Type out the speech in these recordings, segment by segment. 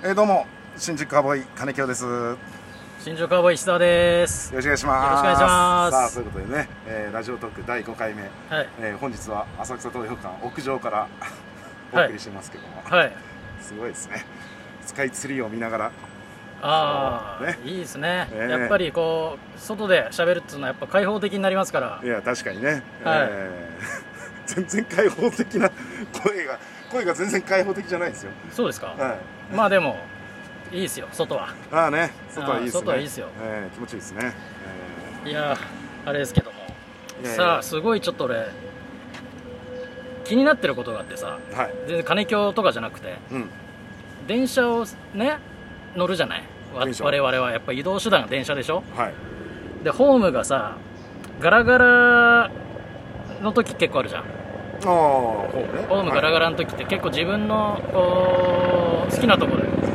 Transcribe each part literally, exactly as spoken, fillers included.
えー、どうも新宿カーボーイ金京です。よ新宿カーボーイ石田です。 ろしくお願いします。 よろしくお願いします。 さあ、ということでね、えー、ラジオトークだいごかいめ、 はい、 えー、本日は浅草東洋館屋上からお送りしてますけども、 はい、 すごいですね。スカイツリーを見ながら、 ああ、ね、いいですね、えー、やっぱりこう外で喋るっていうのはやっぱ開放的になりますから。 いや確かにね、 はい、 えー、全然開放的な声が声が全然開放的じゃないですよ。 そうですか、 はい、 まあでもいいですよ外は。 ああね、外はいいですね。 外はいいですよ、 えー、気持ちいいですね、 えー、いやあれですけども、いやいやさあすごいちょっと俺気になってることがあってさ、はい、全然金京とかじゃなくて、うん、電車をね乗るじゃない、我々はやっぱ移動手段が電車でしょ、はい、でホームがさガラガラの時結構あるじゃん。あホームガラガラの時って結構自分のこう好きなところで、ね、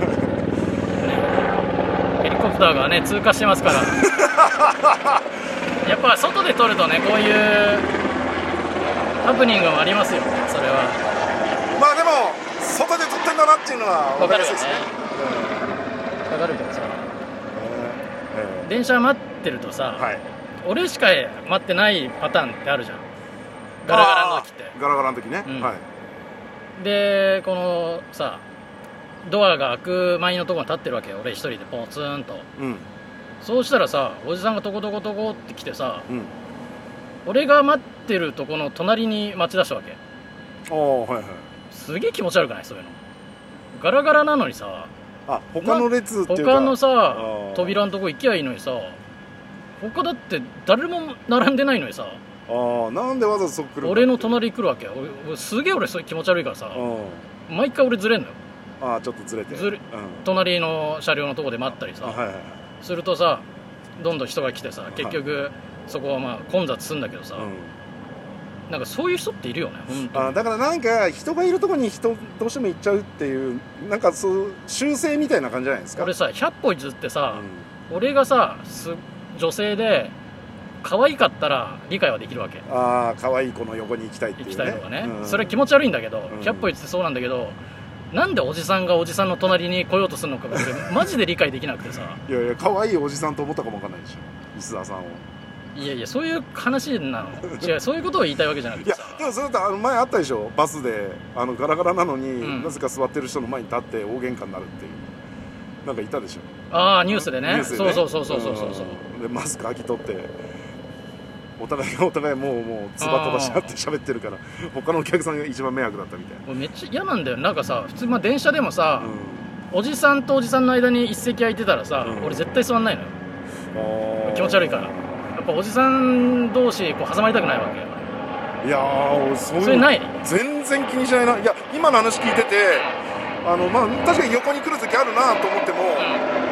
ヘリコプターがね通過してますからやっぱ外で撮るとねこういうハプニングもありますよね。それはまあでも外で撮ってんだなっていうのは分かりやすいですね。 分かるけどさ、えー、電車待ってるとさ、はい、俺しか待ってないパターンってあるじゃん、ガラガラの時って。 ガラガラの時ね、うん、はい。 でこのさドアが開く前のところに立ってるわけよ、俺一人でポツンと、うん、そうしたらさおじさんがトコトコトコって来てさ、うん、俺が待ってるとこの隣に待ち出したわけ。ああはいはい。すげえ気持ち悪くない？そういうのガラガラなのにさ、 あ他の列っていうか他のさ扉のとこ行きゃいいのにさ、他だって誰も並んでないのにさ、 あなんでわざわざそこ来る。 俺の隣に来るわけよ。俺すげえ俺それ気持ち悪いからさ、毎回俺ずれんのよ。 ああちょっとずれてずれ、うん、 隣の車両のとこで待ったりさ、はいはいはい、するとさどんどん人が来てさ結局そこはまあ混雑するんだけどさ、うん、なんかそういう人っているよね本当に。 あだからなんか人がいるとこに人どうしても行っちゃうっていうなんかそう習性みたいな感じじゃないですか。 俺さひゃっぽ譲ってさ、うん、俺がさす女性で可愛かったら理解はできるわけ。 ああ可愛い子の横に行きたいっていうね、 行きたいとかね、うん、それ気持ち悪いんだけど、うん、ひゃっぽ譲ってそうなんだけど、なんでおじさんがおじさんの隣に来ようとするのかマジで理解できなくてさいやいや可愛いおじさんと思ったかもわかんないでしょ石田さんを。 いやいやそういう話なの違うそういうことを言いたいわけじゃなくてさ。いやでもそれってあの前あったでしょ、バスであのガラガラなのに、うん、なぜか座ってる人の前に立って大喧嘩になるっていうなんかいたでしょ。 ああニュースでね、ニュースでね、そうそうそうそうそうそう、 うん、でマスク開き取ってお互いがお互いもうもうつば飛ばし合って喋ってるから他のお客さんが一番迷惑だったみたいな。 めっちゃ嫌なんだよ。なんかさ普通まあ電車でもさ、うん、おじさんとおじさんの間に一席空いてたらさ、うん、俺絶対座んないのよ。気持ち悪いから。やっぱおじさん同士こう挟まりたくないわけよ。 いやーそういうそれない全然気にしないな。いや今の話聞いててあの、まあ、確かに横に来る時あるなと思っても、うん、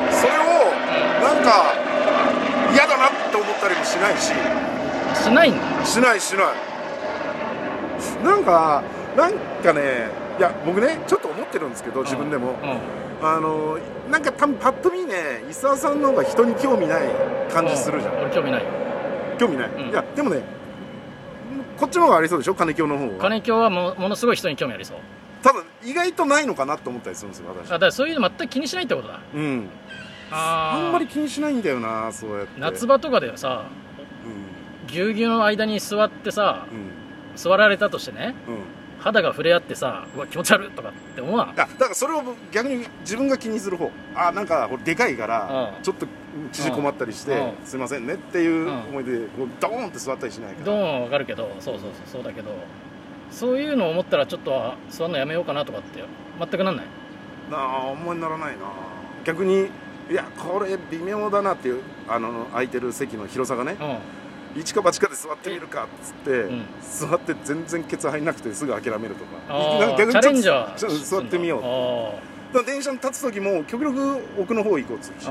それをなんか嫌だなって思ったりもしないし。 しないんだ。 しないしないなんかなんかねいや僕ねちょっと思ってるんですけど自分でも、うんうん、あのなんか多分パッと見ね伊沢さんの方が人に興味ない感じするじゃん、うん、 俺興味ない興味ない、うん、いやでもねこっちの方がありそうでしょ金京の方は。 金京は も, ものすごい人に興味ありそう。 ただ意外とないのかなと思ったりするんですよ私。 あだからそういうの全く気にしないってことだ。 うんああんまり気にしないんだよなそうやって。 夏場とかではさぎゅうぎゅうの間に座ってさ、うん、座られたとしてね、うん、肌が触れ合ってさうわ気持ち悪いとかって思わん。いやだからそれを逆に自分が気にする方。あなんかこれでかいからちょっと縮こまったりしてすいませんねっていう思いでこうドーンって座ったりしないから。 ドーンは分かるけどそうそうそうそうだけどそういうのを思ったらちょっと座るのやめようかなとかって全くなんない。 ああ思いにならないな逆に。いやこれ微妙だなっていうあの空いてる席の広さがね、うん、一か八かで座ってみるかっつって、うん、座って全然ケツ入んなくてすぐ諦めるとか逆にチャレンジャー座ってみようと。だから電車に立つ時も極力奥の方行こうっつうし、うん、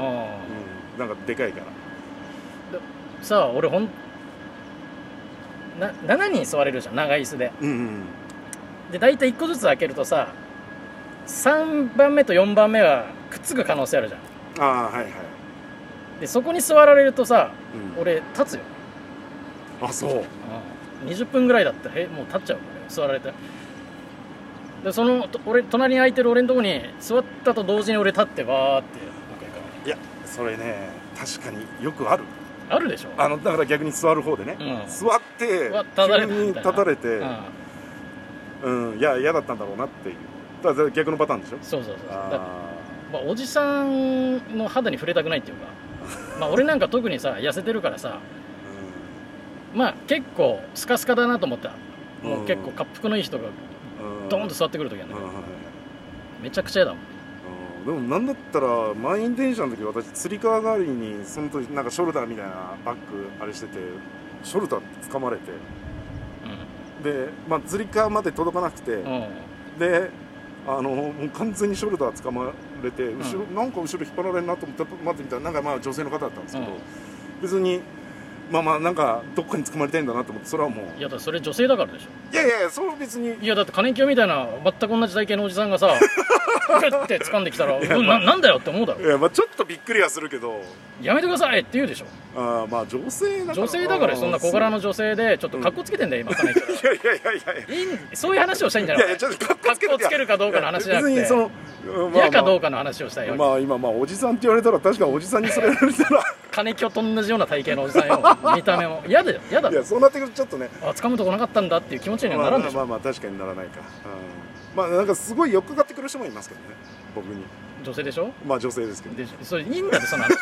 なんかでかいからさあ俺ほんなななにん座れるじゃん長い椅子で、うんうん、で大体いっこずつ開けるとささんばんめとよんばんめはくっつく可能性あるじゃん。 ああはいはいでそこに座られるとさ、うん、俺立つよ。 あそう、 うん、にじゅっぷんぐらいだったらへもう立っちゃうから座られてでその俺隣に空いてる俺のとこに座ったと同時に俺立ってわーっていやそれね確かによくあるあるでしょ。 あのだから逆に座る方でね、うん、座って急に立たれて、うん、うん、いや嫌だったんだろうなっていう。だから逆のパターンでしょ。 そうそうそう。だまあ、おじさんの肌に触れたくないっていうかまあ俺なんか特にさ痩せてるからさ、うん、まあ結構スカスカだなと思ったら、うん、もう結構滑腹のいい人がドーンと座ってくる時あるんだけど、うん、めちゃくちゃ嫌だもん。 でもなんだったら満員電車の時私つり革代わりにその時なんかショルダーみたいなバッグあれしててショルダー掴まれて、うん、で、まあ、つり革まで届かなくて、うん、であのもう完全にショルダー掴まれて後ろ、うん、なんか後ろ引っ張られるなと思って待ってみたらなんかまあ女性の方だったんですけど、うん、別にまあまあなんかどっかに掴まれたいんだなと思ってそれはもういやだそれ女性だからでしょ。 いやいやいやそれは別にいやだって金清みたいな全く同じ体型のおじさんがさグッて掴んできたらうん、な, なんだよって思うだろ。 いやまあちょっとびっくりはするけどやめてくださいって言うでしょ。 あまあ女性だから女性だからそんな小柄の女性でちょっとカッコつけてんだよ、うん、今金清。 いやいやいやいやいやそういう話をしたいんじゃない。いやいやちょっとカッコつけるかどうかの話じゃなくて別にその嫌かどうかの話をしたいよ。 まあ今まあおじさんって言われたら確かにおじさんにそれ言われたら金清と同じような体型のおじさんよ見た目も嫌だよ嫌だろ。 いやそうなってくるとちょっとねあ掴むとこなかったんだっていう気持ちにはならんでしょ。 まあまあまあ確かにならないか、うん、まあなんかすごい寄っかかってくる人もいますけどね僕に。 女性でしょ。まあ女性ですけどでそれいいんだってそんな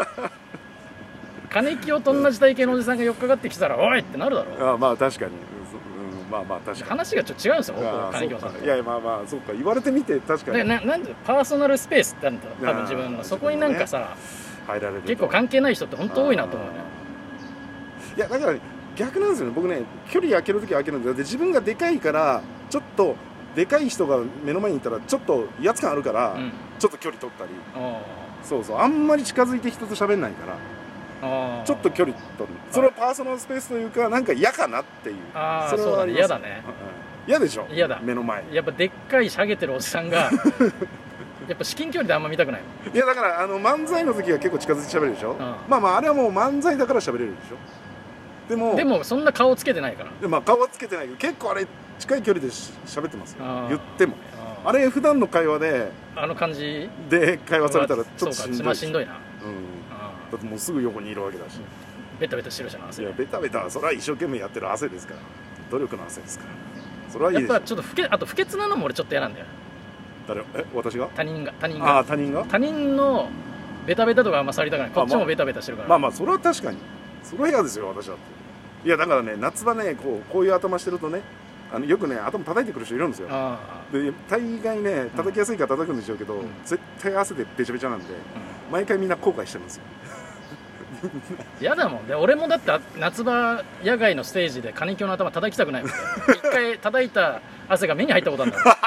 金清と同じ体型のおじさんが寄っかかってきたらおいってなるだろう。 あまあ確かに、うん、まあまあ確かに話がちょっと違うんですよ金清さんと。 いやまあまあそうか言われてみて確かにななんでパーソナルスペースってあるんだ多分自分のそこになんかさ、ね、 入られる結構関係ない人って本当多いなと思うね。 いやだから、ね、逆なんですよね僕ね距離空けるときは空けるんで自分がでかいからちょっとでかい人が目の前にいたらちょっと威圧感あるから、うん、ちょっと距離取ったりそうそうあんまり近づいて人と喋んないからちょっと距離取るそれはパーソナルスペースというかなんか嫌かなっていうあそれはそうだね嫌だね嫌でしょ嫌だ目の前やっぱでっかいしゃげてるおじさんがやっぱ至近距離であんま見たくない。 いやだからあの漫才の時は結構近づいて喋るでしょ、うん、まあまああれはもう漫才だから喋れるでしょ。でもでもそんな顔つけてないからで、まあ、顔はつけてないけど結構あれ近い距離で喋ってますよ言っても あ, あれ普段の会話であの感じで会話されたらちょっとしんどい、 まあ、しんどいな、うん、 だってもうすぐ横にいるわけだしベタベタしてるじゃん汗。 いやベタベタそれは一生懸命やってる汗ですから努力の汗ですからそれはいいでしょ。 やっぱちょっと不潔あと不潔なのも俺ちょっと嫌なんだよ。 誰え私が他人が他人があ他人が他人のベタベタとかあんま触りたくない。こっちもベタベタしてるから。 まあまあそれは確かにそれは嫌ですよ私だって。いやだからね夏場ねこうこういう頭してるとねあのよくね頭叩いてくる人いるんですよ。で大概ね叩きやすいから叩くんでしょうけど、うん、絶対汗でべちゃべちゃなんで、うん、毎回みんな後悔してますよ。 嫌だもんで俺もだって夏場野外のステージで金清の頭叩きたくないもん。一回叩いた汗が目に入ったことあるんだよ。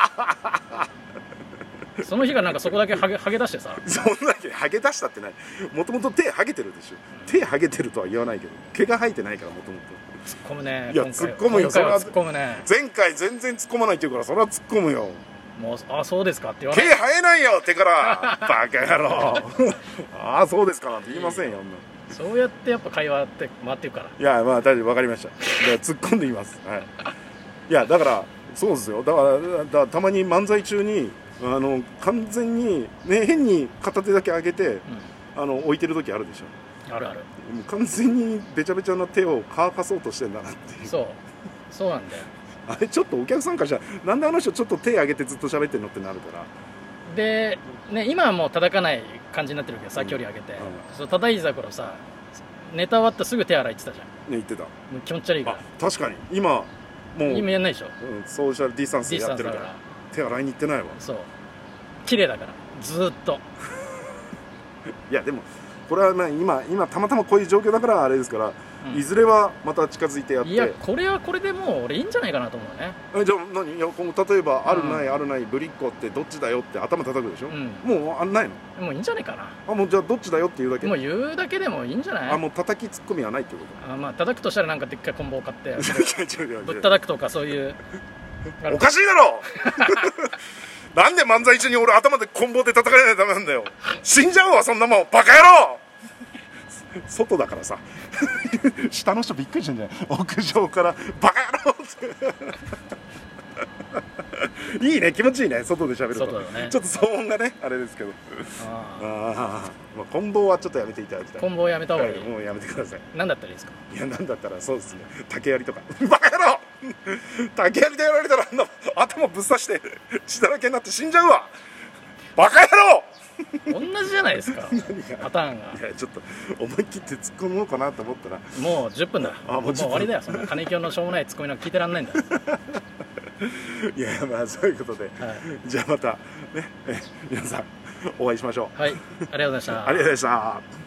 その日がなんかそこだけハゲ、ハゲ出してさそんなにハゲ出したってないもともと手ハゲてるでしょ、うん、手ハゲてるとは言わないけど毛が生えてないからもともと突っ込むね。 いや突っ込むよそれは突っ込むね。 前回全然突っ込まないって言うからそれは突っ込むよ。 もうあそうですかって言わない。 毛生えないよ手からバカ野郎ああそうですかなんて言いませんよ。 そうやってやっぱ会話って回っていくから。 いやまあ大丈夫分かりました。突っ込んでいます、はい、いやだからそうですよだからだからたまに漫才中にあの完全に、ね、変に片手だけ上げて、うん、あの置いてる時あるでしょ。 あるある。 もう完全にべちゃべちゃな手を乾かそうとしてんだなっていう。 そうそうなんだよ。 あれちょっとお客さんからしたらなんであの人ちょっと手上げてずっと喋ってんのってなるからで、ね、今はもう叩かない感じになってるけどさ、うん、距離上げて、うん、そう叩いてた頃さネタ終わったらすぐ手洗いって言ってたじゃん。ね言ってた。もう気持ち悪いから。 確かに今もう今やんないでしょ、 うん、ソーシャルディスタンスでやってるから手洗いに行ってないわ。 そう綺麗だからずっといやでもこれはまあ 今, 今たまたまこういう状況だからあれですから、うん、いずれはまた近づいてやって。 いやこれはこれでもう俺いいんじゃないかなと思うね。 えじゃあ何いや例えばあるない、うん、あるないぶりっ子ってどっちだよって頭叩くでしょ、うん、もうあんないのもういいんじゃないかな。 あもうじゃあどっちだよって言うだけ。 もう言うだけでもいいんじゃない。 あもう叩きツッコミはないってこと。 あまあ叩くとしたらなんかでっかいコンボを買ってぶったたくとかそういうおかしいだろなんで漫才中に俺頭でコンボで叩かれないとダメなんだよ。死んじゃうわそんなもんバカ野郎外だからさ下の人びっくりしてんじゃない屋上からバカ野郎っていいね、気持ちいいね、外で喋ると。 外だね、 ちょっと騒音がねあれですけど、ああ、まあ、棍棒はちょっとやめていただきたい。 棍棒やめた方がいい、はい、 もうやめてください。 何だったらいいですか。 いや、なんだったらそうですね、竹槍とかバカ野郎竹槍でやられたらあんな頭ぶっ刺して血だらけになって死んじゃうわ、バカ野郎同じじゃないですかパターンが。 いや、ちょっと思い切って突っ込もうかなと思ったらもうじゅっぷんだ。 あ、もうもう終わりだよ、そんな金京のしょうもないツッコミなんか聞いてらんないんだいや、まあそういうことで、はい、じゃあまたね、皆さんお会いしましょう。 はい、ありがとうございました。 ありがとうございました。